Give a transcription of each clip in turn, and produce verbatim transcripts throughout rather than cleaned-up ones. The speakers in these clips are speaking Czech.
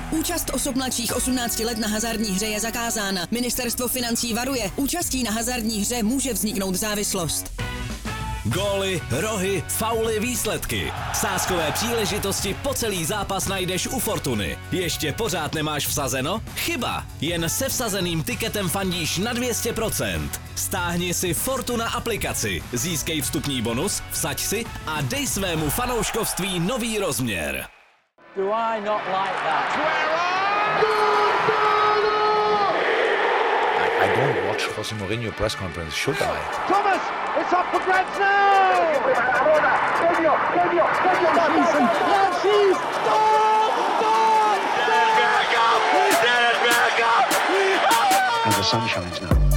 Účast osob mladších osmnácti let na hazardní hře je zakázána. Ministerstvo financí varuje, účastí na hazardní hře může vzniknout závislost. Góly, rohy, fauly, výsledky. Sázkové příležitosti po celý zápas najdeš u Fortuny. Ještě pořád nemáš vsazeno? Chyba! Jen se vsazeným tiketem fandíš na dvě stě procent. Stáhni si Fortuna aplikaci, získej vstupní bonus, vsaď si a dej svému fanouškovství nový rozměr. Do I not like that? I don't watch Jose Mourinho press conference, should I? Thomas, it's up for grabs now! She's gone! Gone! Dennis Bergkamp! And the sun shines now.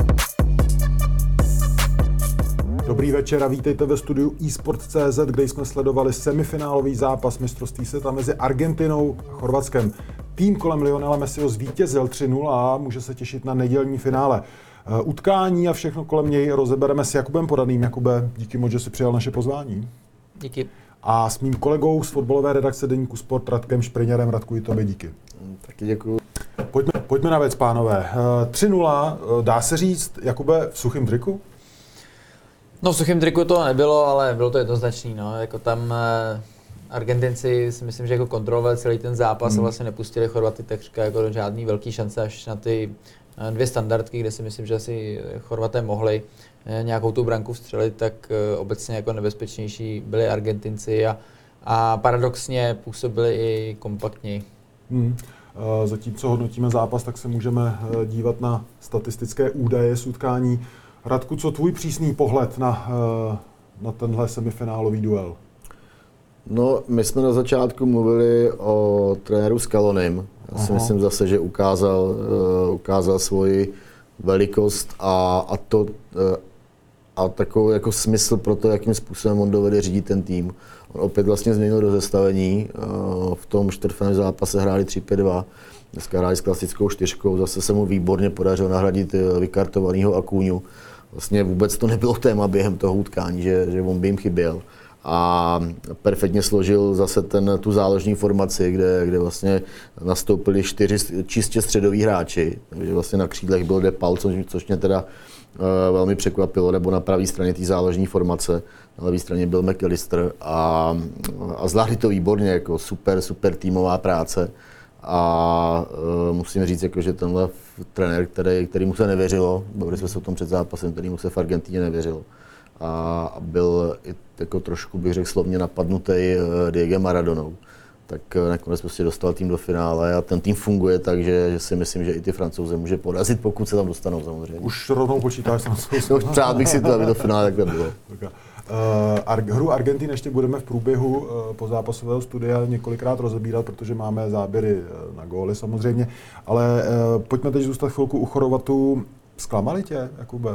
Dobrý večer a vítejte ve studiu eSport tečka cé zet, kde jsme sledovali semifinálový zápas mistrovství světa mezi Argentinou a Chorvatskem. Tým kolem Lionela Messiho zvítězil tři nula a může se těšit na nedělní finále. Utkání a všechno kolem něj rozebereme s Jakubem Podaným. Jakube, díky moc, že jsi přijal naše pozvání. Díky. A s mým kolegou z fotbalové redakce deníku Sport Radkem Špriňarem. Radku, i tobě díky. Taky děkuju. Pojďme, pojďme na věc, pánové. tři nula, dá se říct, Jakube, v suchém triku? No v suchém triku to nebylo, ale bylo to jednoznačný. No. Jako tam Argentinci si myslím, že jako kontrolovali celý ten zápas hmm. a vlastně nepustili Chorvaty takřka jako do žádný velký šance až na ty dvě standardky, kde si myslím, že asi Chorvaté mohli nějakou tu branku vstřelit, tak obecně jako nebezpečnější byli Argentinci a, a paradoxně působili i kompaktněji. Hmm. Zatímco hodnotíme zápas, tak se můžeme dívat na statistické údaje z utkání. Radku, co tvůj přísný pohled na, na tenhle semifinálový duel? No, my jsme na začátku mluvili o trenéru Scalonim. Já si Aha. myslím zase, že ukázal, uh, ukázal svoji velikost a, a, to, uh, a takový jako smysl pro to, jakým způsobem on dovede řídit ten tým. On opět vlastně změnil rozestavení. Uh, v tom čtvrtfinálovém zápase hráli tři pět dva. Dneska hráli s klasickou čtyřkou. Zase se mu výborně podařilo nahradit vykartovaného Akúňu. Vlastně vůbec to nebylo téma během toho utkání, že, že on by jim chyběl. A perfektně složil zase ten, tu záložní formaci, kde, kde vlastně nastoupili čtyři čistě středoví hráči. Takže vlastně na křídlech byl Depal, což, což mě teda uh, velmi překvapilo, nebo na pravé straně té záložní formace. Na levé straně byl McAllister a, a zvládli to výborně, jako super, super týmová práce. A uh, musím říct, jako, že tenhle trenér, který, který mu se nevěřilo, bavili jsme se o tom před zápasem, který mu se v Argentině nevěřilo. A byl i jako trošku, bych řekl, slovně napadnutý uh, Diegem Maradonou. Tak uh, nakonec prostě dostal tým do finále a ten tým funguje, takže že si myslím, že i ty Francouze může porazit, pokud se tam dostanou samozřejmě. Už rovnou počítáš s Francouze? No, přát bych si to, aby do finále takhle bylo. Okay. Uh, hru Argentiny ještě budeme v průběhu uh, pozápasového studia několikrát rozebírat, protože máme záběry uh, na góly samozřejmě, ale uh, pojďme teď zůstat chvilku u Chorvatů. Zklamali tě, Jakube?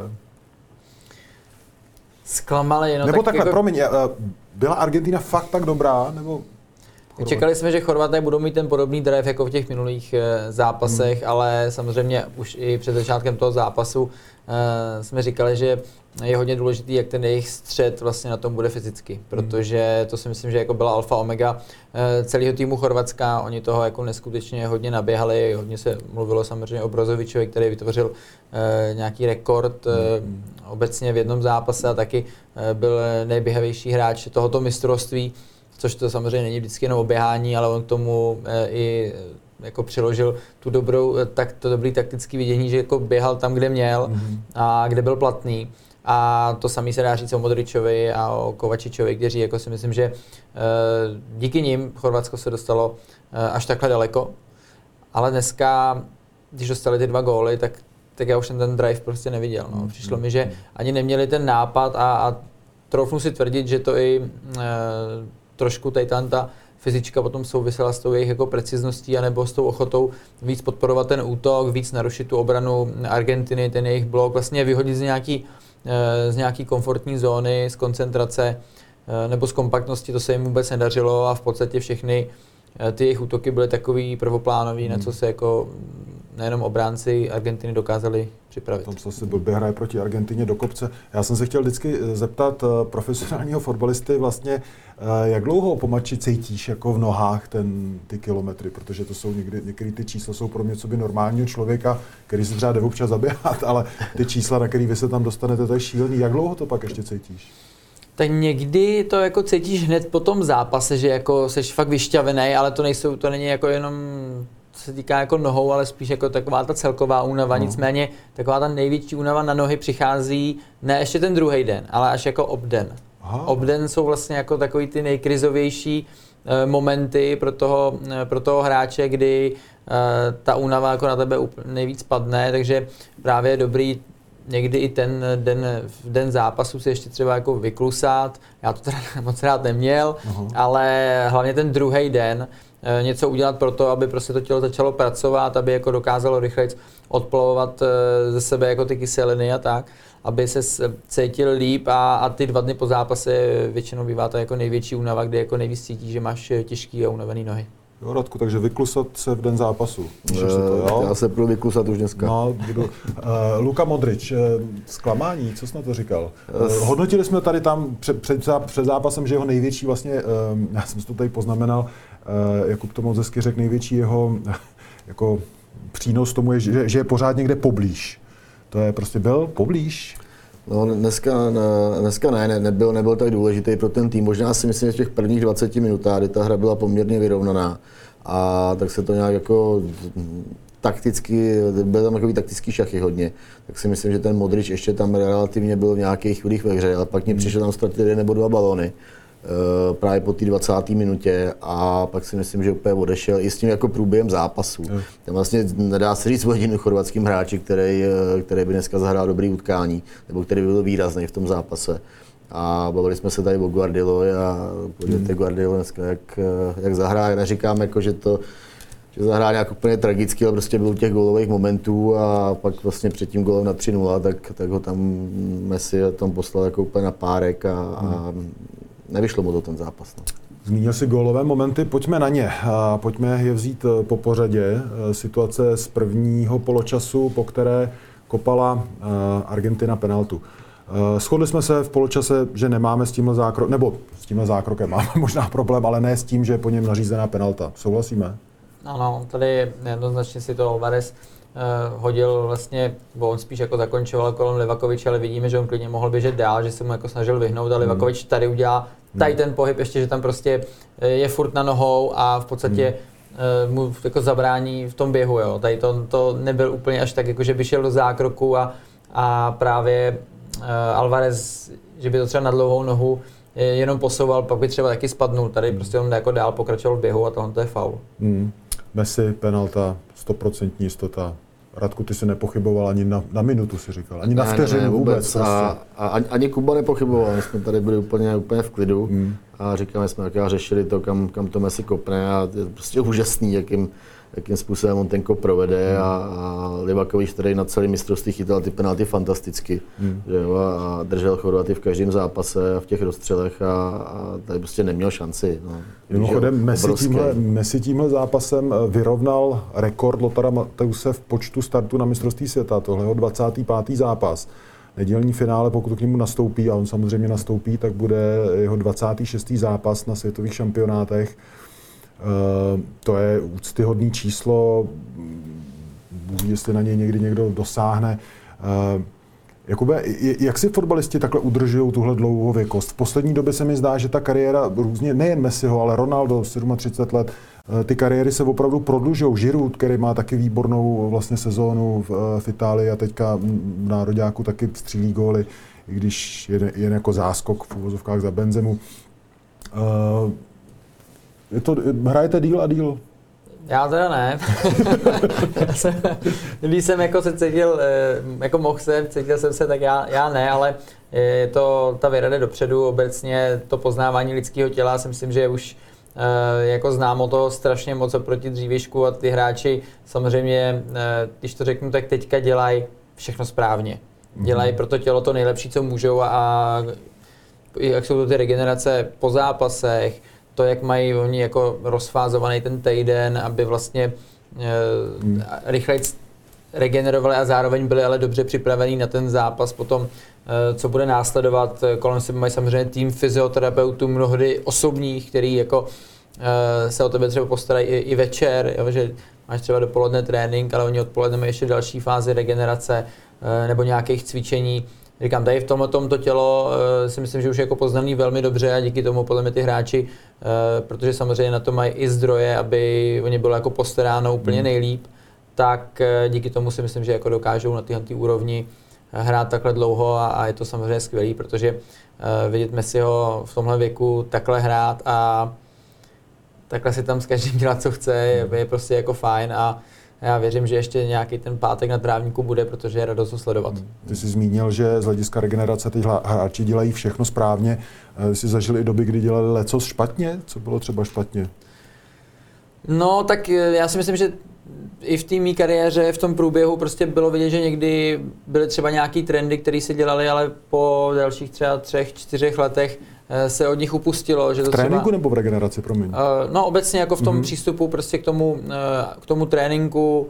Zklamali, no nebo tak takhle, jako... promiň, uh, byla Argentina fakt tak dobrá, nebo... Chorvat? Čekali jsme, že Chorvaté budou mít ten podobný drive jako v těch minulých uh, zápasech, hmm. ale samozřejmě už i před začátkem toho zápasu uh, jsme říkali, že je hodně důležitý, jak ten jejich střed vlastně na tom bude fyzicky, protože to si myslím, že jako byla alfa omega e, celého týmu Chorvatska, oni toho jako neskutečně hodně naběhali, hodně se mluvilo samozřejmě o Brozovičovi, který vytvořil e, nějaký rekord e, obecně v jednom zápase a taky e, byl nejběhavější hráč tohoto mistrovství, což to samozřejmě není vždycky jenom o běhání, ale on k tomu e, i jako přiložil tu dobrou, tak, to dobrý taktický vidění, že jako běhal tam, kde měl mm-hmm. a kde byl platný. A to samé se dá říct o Modričovi a o Kovačičovi, kteří jako si myslím, že e, díky nim Chorvatsko se dostalo e, až takhle daleko. Ale dneska, když dostali ty dva góly, tak, tak já už jsem ten drive prostě neviděl. No. Přišlo mi, že ani neměli ten nápad a, a troufnu si tvrdit, že to i e, trošku tady ta fyzička potom souvisela s tou jejich jako precizností anebo s tou ochotou víc podporovat ten útok, víc narušit tu obranu Argentiny, ten jejich blok, vlastně vyhodit z nějaký z nějaký komfortní zóny, z koncentrace nebo z kompaktnosti, to se jim vůbec nedařilo a v podstatě všechny ty jejich útoky byly takový prvoplánový, hmm. na co se jako nejenom obránci Argentiny dokázali připravit. Tom se blbě hraje proti Argentině do kopce. Já jsem se chtěl vždycky zeptat profesionálního fotbalisty vlastně, jak dlouho po mači cítíš jako v nohách ten, ty kilometry, protože to jsou někdy, některé ty čísla jsou pro mě co by normálního člověka, který se třeba jde občas zaběhat, ale ty čísla, na který vy se tam dostanete, to je šílený. Jak dlouho to pak ještě cítíš? Tak někdy to jako cítíš hned po tom zápase, že jako seš fakt vyšťavený, ale to nejsou, to není jako jenom, co se týká jako nohou, ale spíš jako taková ta celková únava. No. Nicméně taková ta největší únava na nohy přichází ne ještě ten druhý den, ale až jako obden. Aha. Obden jsou vlastně jako takový ty nejkrizovější e, momenty pro toho, e, pro toho hráče, kdy e, ta únava jako na tebe nejvíc padne, takže právě je dobrý někdy i ten den, v den zápasu si ještě třeba jako vyklusat. Já to teda moc rád neměl, uh-huh. ale hlavně ten druhý den e, něco udělat pro to, aby prostě to tělo začalo pracovat, aby jako dokázalo rychleji odplavovat e, ze sebe jako ty kyseliny a tak, aby se cítil líp a, a ty dva dny po zápase většinou bývá to jako největší únava, kdy jako nejvíc cítí, že máš těžký a unavený nohy. Jo, Radku, takže vyklusat se v den zápasu. E, to, jo? Já se budu vyklusat už dneska. No, budu. Uh, Luka Modrič, uh, zklamání, co jsi na to říkal? Uh, hodnotili jsme tady tam před, před, před zápasem, že jeho největší vlastně, uh, já jsem si to tady poznamenal, uh, Jakub to moc hezky řekl, největší jeho uh, jako přínos tomu je, že, že je pořád někde poblíž. To je prostě byl poblíž. No dneska, dneska ne, ne, nebyl, nebyl tak důležitý pro ten tým. Možná si myslím, že v těch prvních dvaceti minutách, kdy ta hra byla poměrně vyrovnaná, a tak se to nějak jako takticky, byl tam takový taktický šachy hodně, tak si myslím, že ten Modrič ještě tam relativně byl v nějakých chvílích ve hře, ale pak mě přišel tam ztratit jeden nebo dva balony. Právě po té dvacáté minutě a pak si myslím, že úplně odešel i s tím jako průběhem zápasu. Mm. Tam vlastně nedá se říct o jediném chorvatským hráči, který, který by dneska zahrál dobrý utkání, nebo který by byl výrazný v tom zápase. A bavili jsme se tady o Guardiolovi a podívejte mm. Guardiolo dneska, jak, jak zahrál. Neříkám, jako, že to že zahrál nějak úplně tragicky, ale prostě byl u těch gólových momentů a pak vlastně před tím gólem na tři nula, tak, tak ho tam Messi tam poslal jako úplně na párek a, mm. a nevyšlo mu to ten zápas. No. Zmínil si gólové momenty, pojďme na ně. Pojďme je vzít po pořadě. Situace z prvního poločasu, po které kopala Argentina penaltu. Shodli jsme se v poločase, že nemáme s tímhle zákrokem, nebo s tímhle zákrokem máme možná problém, ale ne s tím, že je po něm nařízená penalta. Souhlasíme? Ano, tady jednoznačně si to Alvarez Uh, hodil vlastně, bo on spíš jako zakončoval kolem Livakoviče, ale vidíme, že on klidně mohl běžet dál, že se mu jako snažil vyhnout a Livakovič tady udělá tady ten pohyb ještě, že tam prostě je furt na nohou a v podstatě uh, mu jako zabrání v tom běhu, jo. Tady to, to nebyl úplně až tak, jako že by šel do zákroku a, a právě uh, Alvarez, že by to třeba na dlouhou nohu jenom posouval, pak by třeba taky spadnul, tady prostě on jako dál pokračoval v běhu a tohle to je faul. Hmm. Messi, penalta, stoprocentní jistota. Radku, ty si nepochyboval ani na, na minutu, si říkal, ani na vteřinu ne, ne, vůbec. vůbec a, a ani Kuba nepochyboval, my jsme tady byli úplně, úplně v klidu hmm. a říkáme jsme, jak já řešili to, kam, kam to Messi kopne a je prostě úžasný, jakým, jakým způsobem on ten kop provede hmm. a, a Livakovič, který na celý mistrovství chytal ty penalty fantasticky, hmm. že jo, a držel Chorvaty v každém zápase a v těch rozstřelech a, a tady prostě neměl šanci. No. Mimochodem, Messi tímhle, Messi tímhle zápasem vyrovnal rekord Lothara Mattheuse v počtu startů na mistrovství světa. Tohle je dvacátý pátý zápas. Nedělní finále, pokud k němu nastoupí, a on samozřejmě nastoupí, tak bude jeho dvacátý šestý zápas na světových šampionátech. Uh, to je úctyhodný číslo, Bůh, jestli na něj někdy někdo dosáhne. Uh, Jakube, jak si fotbalisti takhle udržují tuhle dlouhověkost? V poslední době se mi zdá, že ta kariéra různě, nejen Messiho, ale Ronaldo, třicet sedm let, ty kariéry se opravdu prodlužují. Giroud, který má taky výbornou vlastně sezónu v, v Itálii a teďka v nároďáku taky střílí góly, i když je jen jako záskok v uvozovkách za Benzemu. Uh, je to, hrajete díl a díl? Já teda ne. já jsem, když jsem jako se cítil, jako mohl jsem, cítil jsem se, tak já, já ne, ale je to, ta věda jde dopředu, obecně to poznávání lidského těla, si myslím, že už jako známo to strašně moc oproti dřívěžku a ty hráči samozřejmě, když to řeknu, tak teďka dělají všechno správně. Dělají pro to tělo to nejlepší, co můžou a jak jsou to ty regenerace po zápasech, to, jak mají oni jako rozfázovaný ten týden, aby vlastně e, hmm. rychleji regenerovali a zároveň byli ale dobře připravení na ten zápas potom, co bude následovat. Kolem sebe mají samozřejmě tým fyzioterapeutů, mnohdy osobních, který jako se o tebe třeba postarají i, i večer, jo, že máš třeba dopoledne trénink, ale oni odpoledne mají ještě další fázi regenerace nebo nějakých cvičení. Říkám, tady v tomhle tomto tělo si myslím, že už je jako poznaný velmi dobře a díky tomu podle mě ty hráči, protože samozřejmě na to mají i zdroje, aby oni bylo jako postaráno úplně nejlíp, tak díky tomu si myslím, že jako dokážou na téhle úrovni hrát takhle dlouho a, a je to samozřejmě skvělý, protože uh, vidět Messiho v tomhle věku takhle hrát a takhle si tam s každým dělat, co chce, je, je prostě jako fajn a já věřím, že ještě nějaký ten pátek na trávníku bude, protože je radost ho sledovat. Ty jsi zmínil, že z hlediska regenerace ty hráči dělají všechno správně. Jsi zažil i doby, kdy dělali lecos špatně? Co bylo třeba špatně? No, tak já si myslím, že i v té mý kariéře, v tom průběhu prostě bylo vidět, že někdy byly třeba nějaký trendy, které se dělaly, ale po dalších třeba třech, čtyřech letech se od nich upustilo. Že to v tréninku třeba, nebo v regeneraci, promiň? No obecně jako v tom mm-hmm. přístupu prostě k tomu, k tomu tréninku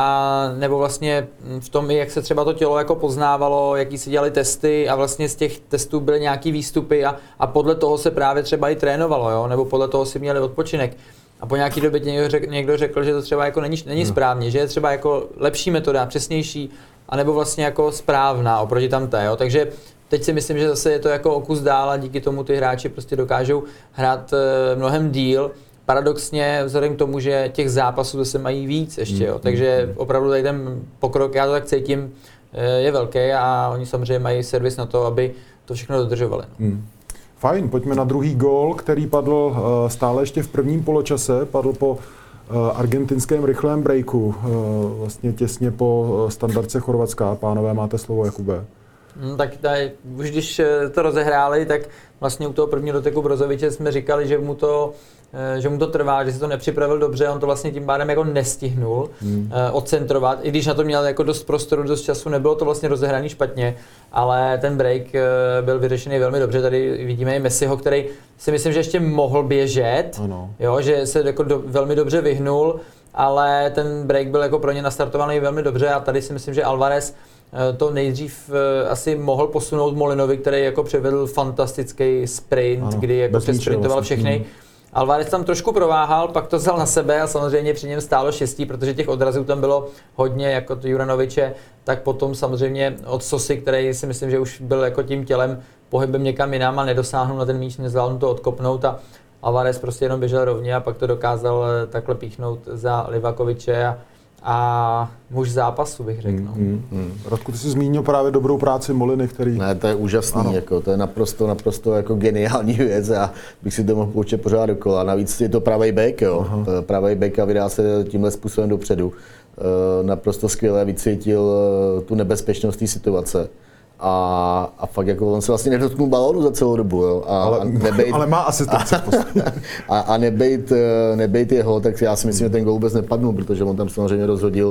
a nebo vlastně v tom, jak se třeba to tělo jako poznávalo, jaký se dělaly testy a vlastně z těch testů byly nějaký výstupy a, a podle toho se právě třeba i trénovalo, jo? Nebo podle toho si měli odpočinek. A po nějaký době někdo řekl, někdo řekl, že to třeba jako není, není správně, že je třeba jako lepší metoda, přesnější, anebo vlastně jako správná oproti tamté, jo. Takže teď si myslím, že zase je to jako o kus dál a díky tomu ty hráči prostě dokážou hrát e, mnohem díl. Paradoxně vzhledem k tomu, že těch zápasů zase mají víc ještě, jo. Takže opravdu tady ten pokrok, já to tak cítím, e, je velký a oni samozřejmě mají servis na to, aby to všechno dodržovali. No. Hmm. Fajn, pojďme na druhý gól, který padl stále ještě v prvním poločase, padl po argentinském rychlém breaku, vlastně těsně po standardce Chorvatska. Pánové, máte slovo, Jakube. No, tak tady, už když to rozehráli, tak vlastně u toho prvního doteku Brozoviče jsme říkali, že mu to že mu to trvá, že si to nepřipravil dobře, on to vlastně tím pádem jako nestihnul hmm. uh, odcentrovat, i když na to měl jako dost prostoru, dost času, nebylo to vlastně rozehraný špatně, ale ten break uh, byl vyřešený velmi dobře, tady vidíme i Messiho, který si myslím, že ještě mohl běžet, ano. Jo, že se jako do, velmi dobře vyhnul, ale ten break byl jako pro ně nastartovaný velmi dobře a tady si myslím, že Alvarez to nejdřív asi mohl posunout Molinovi, který jako převedl fantastický sprint, ano, kdy jako přesprintoval vlastně všechny. Hmm. Alvarez tam trošku prováhal, pak to vzal na sebe a samozřejmě při něm stálo štěstí, protože těch odrazů tam bylo hodně, jako to Juranoviče, tak potom samozřejmě od Sosy, který si myslím, že už byl jako tím tělem pohybem někam jinam a nedosáhnul na ten míč, nezvládl to odkopnout a Alvarez prostě jenom běžel rovně a pak to dokázal takhle píchnout za Livakoviče a a muž zápasu, bych řekl. No. Mm, mm. Radku, ty jsi zmínil právě dobrou práci Moliny, který... Ne, to je úžasný, jako, to je naprosto, naprosto jako geniální věc a bych si to mohl poučet pořád dokola. Navíc je to pravej back, jo. Pravej back a vydá se tímhle způsobem dopředu. E, naprosto skvěle vycítil tu nebezpečnost té situace. A, a fakt jako on se vlastně nedotknul balónu za celou dobu, jo. A, ale, a nebejt, ale má asistenci. a, a nebejt, nebejt jeho, tak já si myslím, že ten gól vůbec nepadnul, protože on tam samozřejmě rozhodil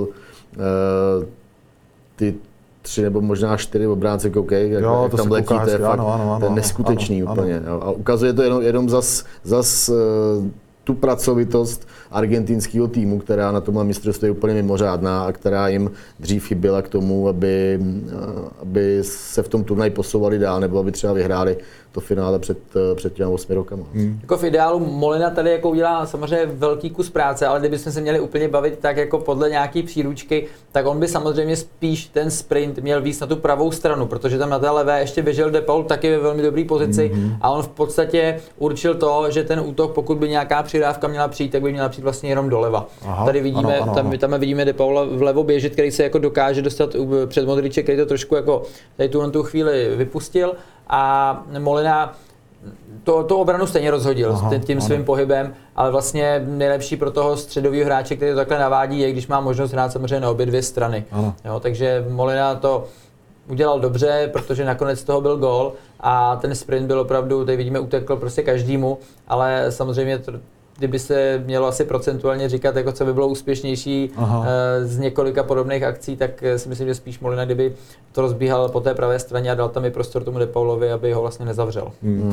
uh, ty tři nebo možná čtyři obránce, koukej, jak, jo, jak tam letí, to je fakt ano, ano, ano, neskutečný ano, úplně. Ano. A ukazuje to jenom, jenom zas, zas uh, tu pracovitost argentinského týmu, která na tomhle mistrovství je úplně mimořádná a která jim dřív chyběla k tomu, aby, aby se v tom turnaji posouvali dál nebo aby třeba vyhráli to finále před, před těmi osmi rokama. Hmm. Jako v ideálu Molina tady jako udělá samozřejmě velký kus práce, ale kdybychom se měli úplně bavit tak jako podle nějaký příručky, tak on by samozřejmě spíš ten sprint měl víc na tu pravou stranu, protože tam na té levé ještě běžel De Paul taky ve velmi dobré pozici hmm. a on v podstatě určil to, že ten útok, pokud by nějaká přidávka měla přijít, tak by měla přijít vlastně jenom doleva. Aha, tady vidíme, ano, ano, tam, tam vidíme De Paula vlevo běžet, který se jako dokáže dostat před Modriče, který to trošku jako tady tu na tu chvíli vypustil. A Molina to, to obranu stejně rozhodil Aha, tím ano. svým pohybem, ale vlastně nejlepší pro toho středového hráče, který to takhle navádí, je, když má možnost hrát samozřejmě na obě dvě strany. Jo, takže Molina to udělal dobře, protože nakonec toho byl gól a ten sprint byl opravdu, tady vidíme, utekl prostě každému, ale samozřejmě to, kdyby se mělo asi procentuálně říkat, jako co by bylo úspěšnější Aha. z několika podobných akcí, tak si myslím, že spíš Molina, kdyby to rozbíhal po té pravé straně a dal tam i prostor tomu De Paulovi, aby ho vlastně nezavřel. Hmm.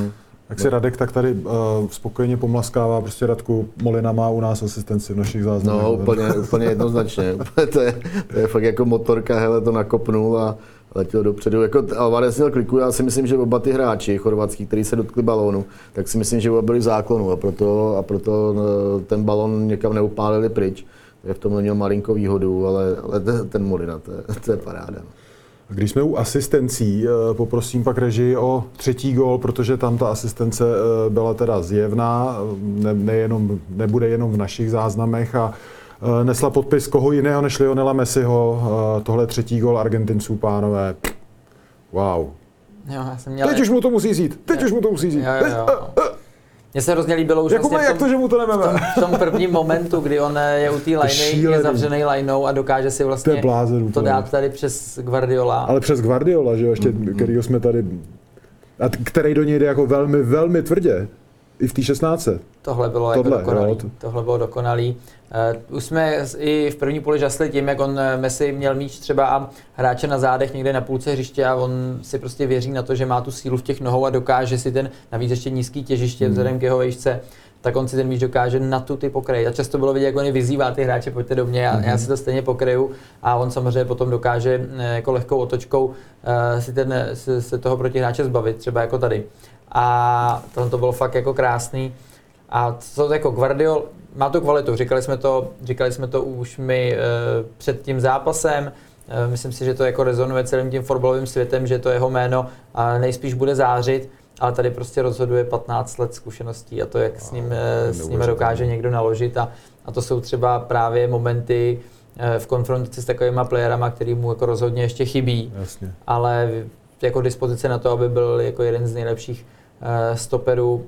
Jak si Radek tak tady uh, spokojeně pomlaskává, prostě Radku, Molina má u nás asistenci v našich záznamech. No úplně, úplně jednoznačně, to, je, to je fakt jako motorka, hele, to nakopnul a letěl dopředu. Jako Alvarez měl kliku, já si myslím, že oba ty hráči chorvatský, kteří se dotkli balónu, tak si myslím, že oba byli v záklonu a proto, a proto ten balón někam neupálili pryč. Je v tom neměl malinko výhodu, ale, ale ten Molina, to je, to je paráda. Když jsme u asistencí, poprosím pak režii o třetí gól, protože tam ta asistence byla teda zjevná, ne, nejenom, nebude jenom v našich záznamech a nesla podpis koho jiného než Lionela Messiho. Tohle třetí gól Argentinců, pánové. Wow. Jo, já jsem měl... Teď už mu to musí jít, teď jo. už mu to musí jít. Jo, jo, jo. Mně se hrozně líbilo už jako vlastně jak to, že mu to nememe? V tom, v tom prvním momentu, kdy on je u té liney, je zavřený lineou a dokáže si vlastně to, blázen, to dát tady přes Guardiola. Ale přes Guardiola, že jo, ještě, mm-hmm. kterýho jsme tady, a který do něj jde jako velmi, velmi tvrdě. I v té šestnáctce. Tohle bylo Tohle, jako dokonalý. Jo, to... Tohle bylo dokonalý. Uh, už jsme i v první půli žasli tím, jak on Messi měl míč třeba a hráče na zádech někde na půlce hřiště a on si prostě věří na to, že má tu sílu v těch nohou a dokáže si ten navíc ještě nízký těžiště hmm. vzhledem k jeho výšce, tak on si ten míč dokáže na tu ty pokryt. A často bylo vidět, jak on vyzývá ty hráče, pojďte do mě, a já si to stejně pokryju a on samozřejmě potom dokáže jako lehkou otočkou uh, si, ten, si, se toho protihráče zbavit, třeba jako tady. A tohle to bylo fakt jako krásný. A co jako Guardiol, má tu kvalitu, říkali jsme to, říkali jsme to už my e, před tím zápasem, e, myslím si, že to jako rezonuje celým tím fotbalovým světem, že to jeho jméno a nejspíš bude zářit, ale tady prostě rozhoduje patnáct let zkušeností a to, jak s ním, e, s ním dokáže někdo naložit a, a to jsou třeba právě momenty e, v konfrontaci s takovýma playerama, který mu jako rozhodně ještě chybí, Jasně. ale jako dispozice na to, aby byl jako jeden z nejlepších e, stoperů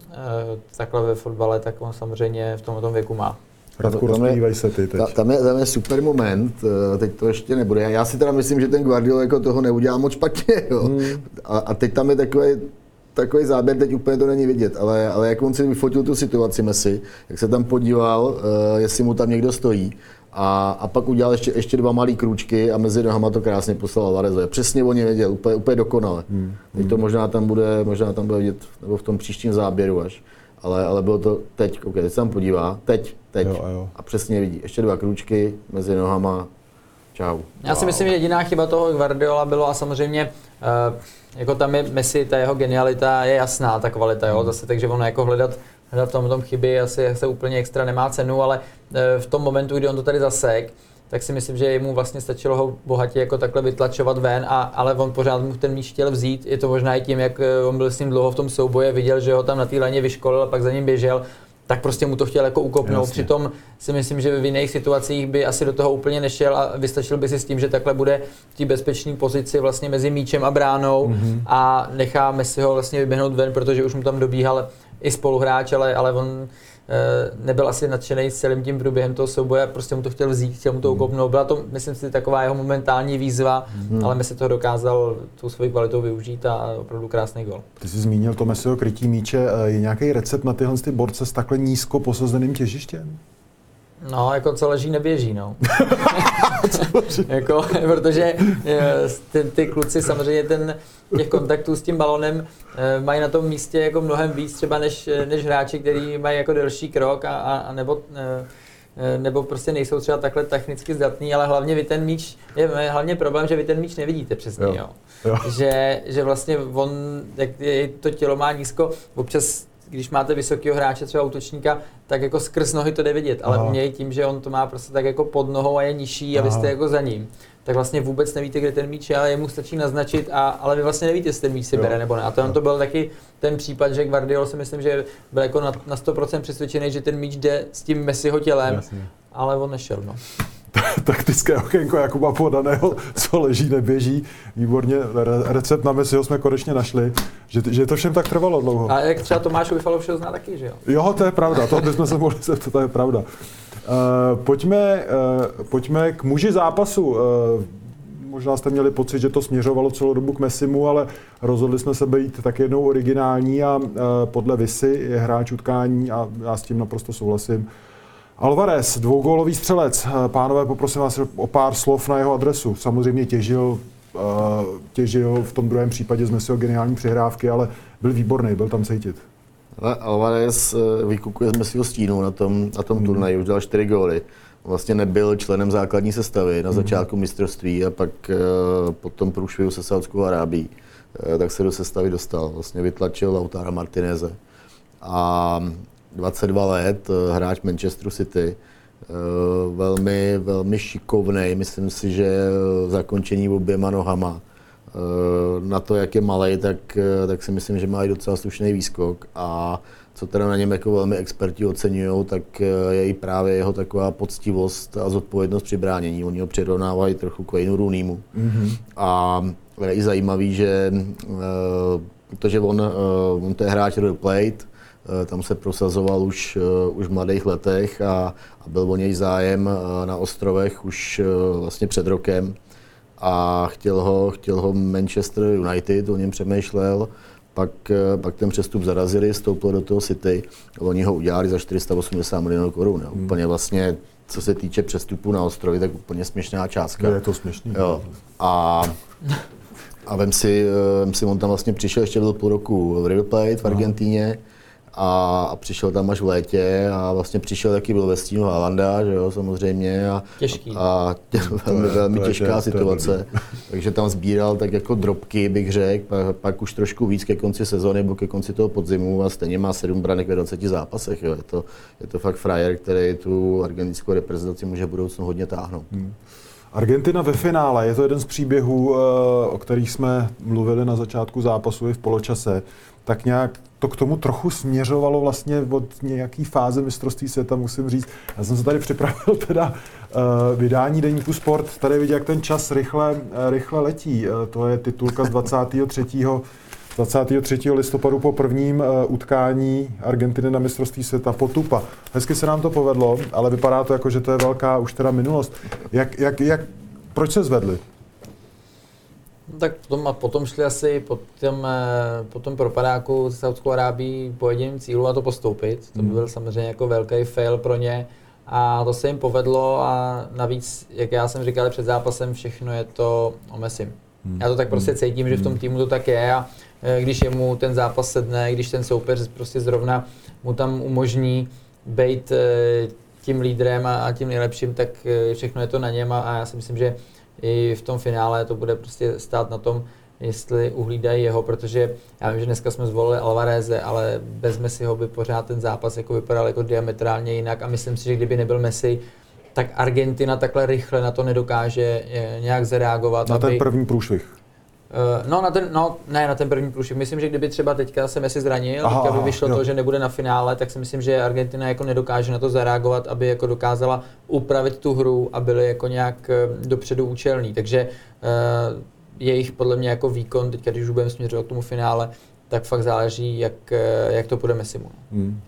takhle ve fotbale, tak on samozřejmě v tomto věku má. Radku, rozpívej se ty teď. Tam je, tam je super moment, teď to ještě nebude. Já si teda myslím, že ten Guardiola jako toho neudělá moc špatně. Jo. Hmm. A, a teď tam je takový, takový záběr, teď úplně to není vidět, ale, ale jak on si vyfotil tu situaci Messi, jak se tam podíval, uh, jestli mu tam někdo stojí. A, a pak udělal ještě, ještě dva malý krůčky a mezi nohama to krásně poslal Alvarezovi. Přesně oni věděl, úplně, úplně dokonale. Hmm. Teď to možná tam bude, možná tam bude vidět, nebo v tom příštím záběru až. Ale, ale bylo to teď, ok, teď se tam podívá, teď, teď. Jo, jo. A přesně vidí. Ještě dva krůčky mezi nohama. Čau. Já si wow. myslím, že jediná chyba toho Guardiola bylo a samozřejmě uh, jako tam je Messi, ta jeho genialita je jasná, ta kvalita, jo, zase, takže ono jako hledat hledat v tom, tom chyby asi se úplně extra nemá cenu, ale v tom momentu, kdy on to tady zasek, tak si myslím, že mu vlastně stačilo ho bohatě jako takhle vytlačovat ven, a, ale on pořád mu ten míč chtěl vzít. Je to možná i tím, jak on byl s ním dlouho v tom souboji, viděl, že ho tam na té laně vyškolil a pak za ním běžel, tak prostě mu to chtěl jako ukopnout. Jasně. Přitom si myslím, že v jiných situacích by asi do toho úplně nešel a vystačil by si s tím, že takhle bude v té bezpečné pozici vlastně mezi míčem a bránou mm-hmm. a nechá Messiho vlastně vyběhnout ven, protože už mu tam dobíhal i spoluhráč, ale, ale on e, nebyl asi nadšený s celým tím průběhem toho souboje, prostě mu to chtěl vzít, chtěl mu to ukopnout. Byla to, myslím si, taková jeho momentální výzva, hmm. ale Messi toho dokázal tou svojí kvalitou využít a opravdu krásný gol. Ty jsi zmínil to Messiho krytí míče. Je nějaký recept na tyhle ty borce s takhle nízko posazeným těžištěm? No, jako co leží, neběží, no. jako, protože ty, ty kluci samozřejmě ten, těch kontaktů s tím balonem mají na tom místě jako mnohem víc třeba než, než hráči, kteří mají jako delší krok a, a nebo, nebo prostě nejsou třeba takhle technicky zdatný, ale hlavně vy ten míč, je hlavně problém, že vy ten míč nevidíte přesně, jo. Jo. Jo. Že, že vlastně on, jak je, to tělo má nízko, občas když máte vysokého hráče, třeba útočníka, tak jako skrz nohy to jde vidět, ale u něj tím, že on to má prostě tak jako pod nohou a je nižší a vy jste jako za ním, tak vlastně vůbec nevíte, kde ten míč je, ale jemu stačí naznačit, a, ale vy vlastně nevíte, jestli ten míč si jo. bere nebo ne. A to, on to byl taky ten případ, že Guardiola si myslím, že byl jako na, na sto procent přesvědčený, že ten míč jde s tím Messiho tělem, jasně. ale on nešel. No. Taktické okénko Jakuba Podaného, co leží, neběží. Výborně, recept na Messiho jsme konečně našli, že, že to všem tak trvalo dlouho. A jak třeba Tomáš Ufalo všeho zná taky, že jo? Jo, to je pravda, to bychom se mohli zeptat, to je pravda. Uh, pojďme, uh, pojďme k muži zápasu. Uh, možná jste měli pocit, že to směřovalo celou dobu k Messimu, ale rozhodli jsme se být tak jednou originální a uh, podle Visy je hráč utkání a já s tím naprosto souhlasím. Alvarez, dvougólový střelec. Pánové, poprosím vás o pár slov na jeho adresu. Samozřejmě těžil těžil v tom druhém případě z Messiho geniální přihrávky, ale byl výborný, byl tam cítit. Ale Alvarez vykukuje z Messiho stínu na tom, na tom turnaji, už dal čtyři góly. Vlastně nebyl členem základní sestavy na začátku mistrovství a pak po tom průšvihu se Saudskou Arábií, tak se do sestavy dostal. Vlastně vytlačil Lautara Martineze. A dvacet dva let, hráč Manchesteru City, velmi, velmi šikovnej, myslím si, že zakončení oběma nohama. Na to, jak je malej, tak, tak si myslím, že má i docela slušný výskok. A co teda na něm jako velmi experti oceňují, tak je i právě jeho taková poctivost a zodpovědnost při bránění. Oni ho přirovnávají trochu k Waynu Rooneymu. Mm-hmm. A je i zajímavý, že protože on, on to je hráč River Plate, tam se prosazoval už, už v mladých letech a, a byl o něj zájem na ostrovech už vlastně před rokem. A chtěl ho, chtěl ho Manchester United, o něm přemýšlel, pak, pak ten přestup zarazili, stoupil do toho City, oni ho udělali za čtyři sta osmdesát milionů korun. Hmm. Úplně vlastně, co se týče přestupu na ostrovy, tak úplně směšná částka. Je to směšný. Jo. A, a vem si, vem si, on tam vlastně přišel, ještě byl půl roku v River Plate v Argentíně. A, a přišel tam až v létě a vlastně přišel taky byl ve stínu Haalanda, že jo, samozřejmě. A, Těžký. A tě, velmi, velmi těžká situace. Takže tam sbíral tak jako drobky, bych řekl, pak, pak už trošku víc ke konci sezóny nebo ke konci toho podzimu a stejně má sedm branek ve dvaceti zápasech. Jo. Je, to, je to fakt frajer, který tu argentinskou reprezentaci může v budoucnu hodně táhnout. Hmm. Argentina ve finále, je to jeden z příběhů, o kterých jsme mluvili na začátku zápasu i v poločase. Tak nějak to k tomu trochu směřovalo vlastně od nějaký fáze mistrovství světa, musím říct. Já jsem se tady připravil teda uh, vydání deníku Sport, tady vidím, jak ten čas rychle, uh, rychle letí. Uh, to je titulka z dvacátého třetího listopadu po prvním uh, utkání Argentiny na mistrovství světa, Potupa. Hezky se nám to povedlo, ale vypadá to jako, že to je velká už teda minulost. Jak, jak, jak, proč se zvedli? No, tak potom, a potom šli asi po tom, po tom propadáku z Saudskou Arábií po jediném cílu a to postoupit. To by byl samozřejmě jako velký fail pro ně a to se jim povedlo a navíc, jak já jsem říkal před zápasem, všechno je to o Messim. Já to tak prostě cítím, že v tom týmu to tak je a když jemu ten zápas sedne, když ten soupeř prostě zrovna mu tam umožní být tím lídrem a tím nejlepším, tak všechno je to na něm a já si myslím, že i v tom finále to bude prostě stát na tom, jestli uhlídají jeho, protože já vím, že dneska jsme zvolili Alvareze, ale bez Messiho by pořád ten zápas jako vypadal jako diametrálně jinak a myslím si, že kdyby nebyl Messi, tak Argentina takhle rychle na to nedokáže nějak zareagovat. Na aby... ten první průšvih. No, na ten, no, ne na ten první průšvih. Myslím, že kdyby třeba teďka se Messi zranil, aha, teďka by vyšlo aha, to, že nebude na finále, tak si myslím, že Argentina jako nedokáže na to zareagovat, aby jako dokázala upravit tu hru a byly jako nějak dopředu účelný. Takže uh, jejich podle mě jako výkon, teďka když už budeme směřovat k tomu finále, tak fakt záleží, jak, jak to půjde Messimu. Hmm.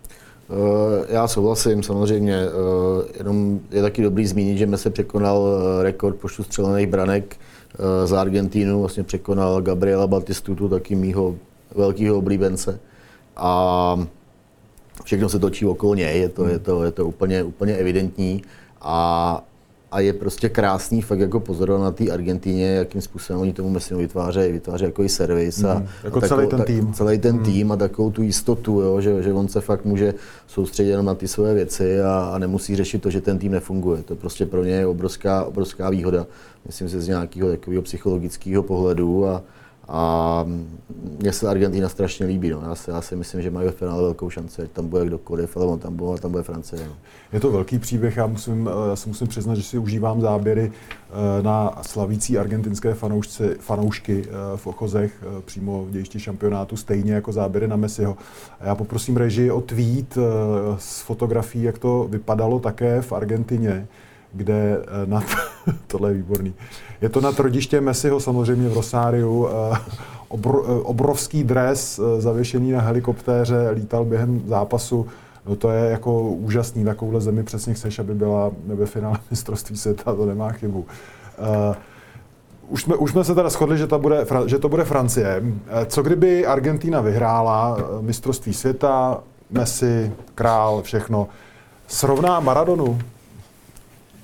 Já souhlasím, samozřejmě, jenom je taky dobrý zmínit, že Messi překonal rekord počtu střelených branek za Argentínu, vlastně překonal Gabriela Batistutu, taky mýho velkého oblíbence. A všechno se točí okolo něj, je to, je to, je to úplně, úplně evidentní. A, a je prostě krásný fakt jako pozorovat na té Argentíně, jakým způsobem oni tomu Messimu vytvářejí, vytvářejí jako i servis a, mm, jako a takovou, celý ten tým. Celý ten mm. tým a takovou tu jistotu, jo, že, že on se fakt může soustředit jenom na ty své věci a, a nemusí řešit to, že ten tým nefunguje. To prostě pro ně je obrovská, obrovská výhoda. Myslím si z nějakého takového psychologického pohledu a, a mně se Argentina strašně líbí. No. Já, si, já si myslím, že mají ve finále velkou šanci, ať tam bude kdokoliv, ale on tam bude, tam bude Francie. No. Je to velký příběh, já, musím, já si musím přiznat, že si užívám záběry na slavící argentinské fanoušci, fanoušky v Ochozech, přímo v dějišti šampionátu, stejně jako záběry na Messiho. A já poprosím režii o tweet s fotografií, jak to vypadalo také v Argentině, kde nad, tohle je výborný, je to nad rodištěm Messiho samozřejmě v Rosáriu, obro, obrovský dres zavěšený na helikoptéře, lítal během zápasu. No to je jako úžasný, takovouhle zemi přesně chceš, aby byla ve finále mistrovství světa, to nemá chybu. Uh, už, jsme, už jsme se teda shodli, že to, bude, že to bude Francie. Co kdyby Argentina vyhrála mistrovství světa, Messi, král, všechno, srovná Maradonu?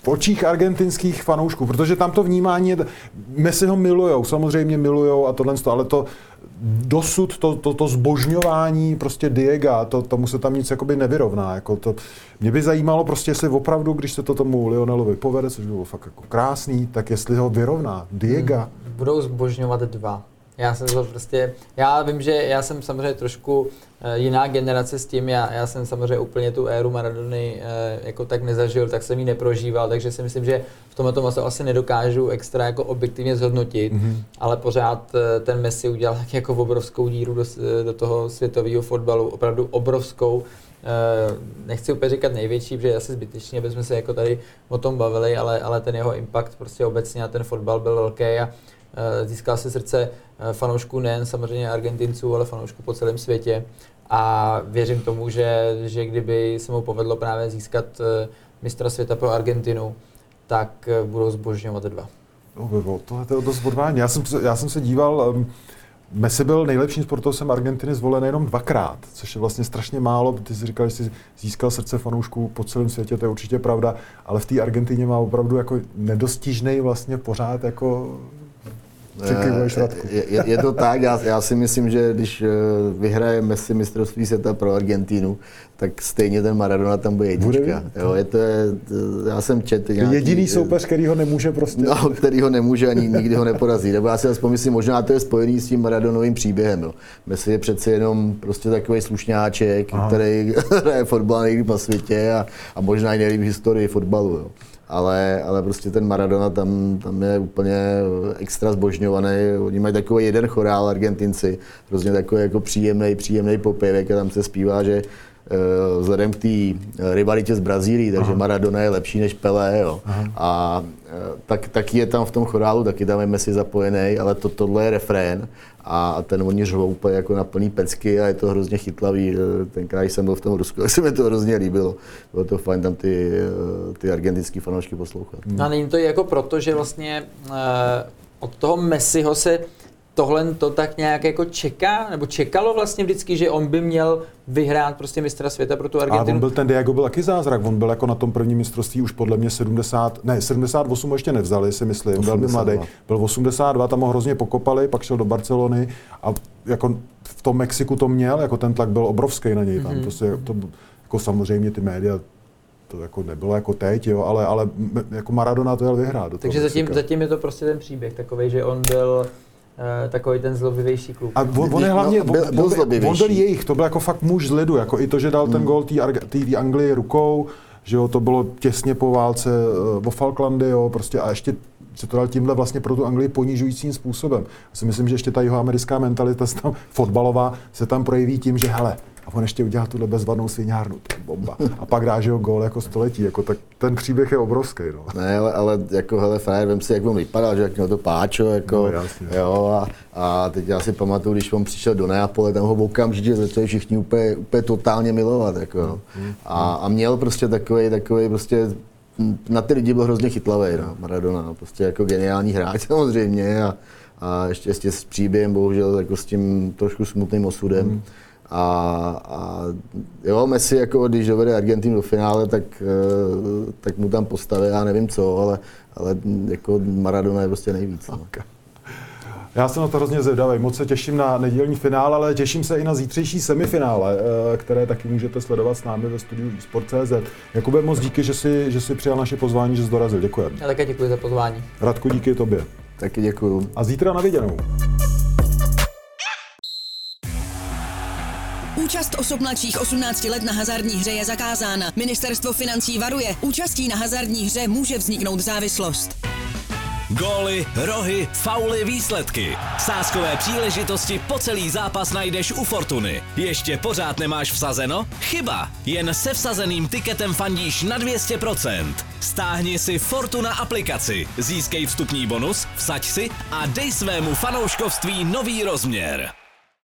v očích argentinských fanoušků, protože tam to vnímání je, Messi ho milujou, samozřejmě milujou a tohle, ale to dosud to, to, to zbožňování prostě Diega, to, tomu se tam nic jakoby nevyrovná. Jako to, mě by zajímalo prostě, jestli opravdu, když se to tomu Lionelovi povede, což bylo fakt jako krásný, tak jestli ho vyrovná Diega. Hmm. Budou zbožňovat dva. Já jsem to prostě, já vím, že já jsem samozřejmě trošku jiná generace s tím, já, já jsem samozřejmě úplně tu éru Maradony jako tak nezažil, tak jsem ji neprožíval, takže si myslím, že v tomhle tomu asi nedokážu extra jako objektivně zhodnotit, mm-hmm. ale pořád ten Messi udělal tak jako obrovskou díru do, do toho světového fotbalu, opravdu obrovskou. Nechci úplně říkat největší, protože je asi zbytečně, aby jsme se jako tady o tom bavili, ale, ale ten jeho impact prostě obecně na ten fotbal byl velký a získal si srdce fanoušků nejen samozřejmě Argentinců, ale fanoušků po celém světě. A věřím tomu, že, že kdyby se mu povedlo právě získat mistra světa pro Argentinu, tak budou zbožňovat dva. No, tohle je dost odvážně. Já jsem, já jsem se díval, Messi byl nejlepším sportovcem Argentiny zvolen jenom dvakrát, což je vlastně strašně málo. Ty jsi říkal, že jsi získal srdce fanoušků po celém světě, to je určitě pravda, ale v té Argentině má opravdu jako nedostižnej vlastně pořád jako... Je, je to tak, já, já si myslím, že když vyhraje Messi mistrovství světa pro Argentínu, tak stejně ten Maradona tam bude jednička. Jo, je to, já jsem četl nějaký... Jediný soupeř, který ho nemůže prostě... No, který ho nemůže ani nikdy ho neporazí. Nebo já si aspoň myslím, možná to je spojený s tím Maradonovým příběhem. Jo. Messi je přece jenom prostě takový slušňáček, Aha. který hraje fotbal nejlíp na světě a, a možná i nejlíp v historii fotbalu. Jo. Ale, ale prostě ten Maradona tam, tam je úplně extra zbožňovaný. Oni mají takový jeden chorál Argentinci, hrozně takový jako příjemný, příjemný popěvek a tam se zpívá, že uh, vzhledem k té rivalitě s Brazílií, takže Aha. Maradona je lepší než Pelé. Jo. A uh, tak, taky je tam v tom chorálu, taky tam je Messi zapojený, ale to, tohle je refrén. A ten oni řvou úplně jako na plný pecky a je to hrozně chytlavý. Tenkrát jsem byl v tom Rusku, tak se mi to hrozně líbilo. Bylo to fajn tam ty, ty argentinský fanoušky poslouchat. No a není to jako proto, že vlastně uh, od toho Messiho se tohle to tak nějak jako čeká, nebo čekalo vlastně vždycky, že on by měl vyhrát prostě mistra světa pro tu Argentinu. A on byl ten Diego byl taky zázrak, on byl jako na tom prvním mistrovství už podle mě sedmdesát, ne, sedmdesát osm ještě nevzali, si myslím, velmi mladý. Byl osmdesát dva, tam ho hrozně pokopali, pak šel do Barcelony a jako v tom Mexiku to měl, jako ten tlak byl obrovský na něj tam. Mm-hmm. Prostě to, jako samozřejmě ty média to jako nebylo jako teď, jo, ale, ale jako Maradona to jel vyhrát. Takže zatím, zatím je to prostě ten příběh takovej, že on byl Uh, takový ten zlobivější klub. A on, on je hlavně, no, byl, byl on, on byl jejich, to byl jako fakt muž z lidu, jako i to, že dal hmm. ten gól té Anglii rukou, že jo, to bylo těsně po válce uh, o Falklandy, jo, prostě a ještě se to dal tímhle vlastně pro tu Anglii ponižujícím způsobem. Já si myslím, že ještě ta jihoamerická mentalita tam, fotbalová se tam projeví tím, že hele, a on ještě udělal tuhle bezvadnou sviňárnu, to je bomba. A pak dá, že ho gól jako století, jako tak ten příběh je obrovský, no. Ne, ale, ale jako hele, frajer, vem si, jak on vypadal, že jak měl to páčo, jako, no, jasně, jo, a, a teď já si pamatuju, když on přišel do Neapole, tam ho okamžitě začali všichni úplně, úplně totálně milovat, jako, no. A, a měl prostě takový, takový prostě, na ty lidi byl hrozně chytlavý, no, Maradona, no, prostě jako geniální hráč samozřejmě a, a ještě, ještě s příběhem, bohužel, jako s tím trošku smutným osudem. Hmm. A, a jo, Messi, jako když dovede Argentinu do finále, tak, tak mu tam postaví, já nevím co, ale, ale jako Maradona je prostě nejvíc. No. Okay. Já jsem na to hrozně zvědavý, moc se těším na nedělní finále, ale těším se i na zítřejší semifinále, které taky můžete sledovat s námi ve studiu eSport tečka cé zet. Jakube, moc díky, že jsi, že jsi přijal naše pozvání, že jsi dorazil. Děkujeme. Já také děkuji za pozvání. Radku, díky tobě. Taky děkuju. A zítra na viděnou. Účast osob mladších osmnácti let na hazardní hře je zakázána. Ministerstvo financí varuje, účastí na hazardní hře může vzniknout závislost. Góly, rohy, fauly, výsledky. Sázkové příležitosti po celý zápas najdeš u Fortuny. Ještě pořád nemáš vsazeno? Chyba! Jen se vsazeným tiketem fandíš na dvě stě procent. Stáhni si Fortuna aplikaci, získej vstupní bonus, vsaď si a dej svému fanouškovství nový rozměr.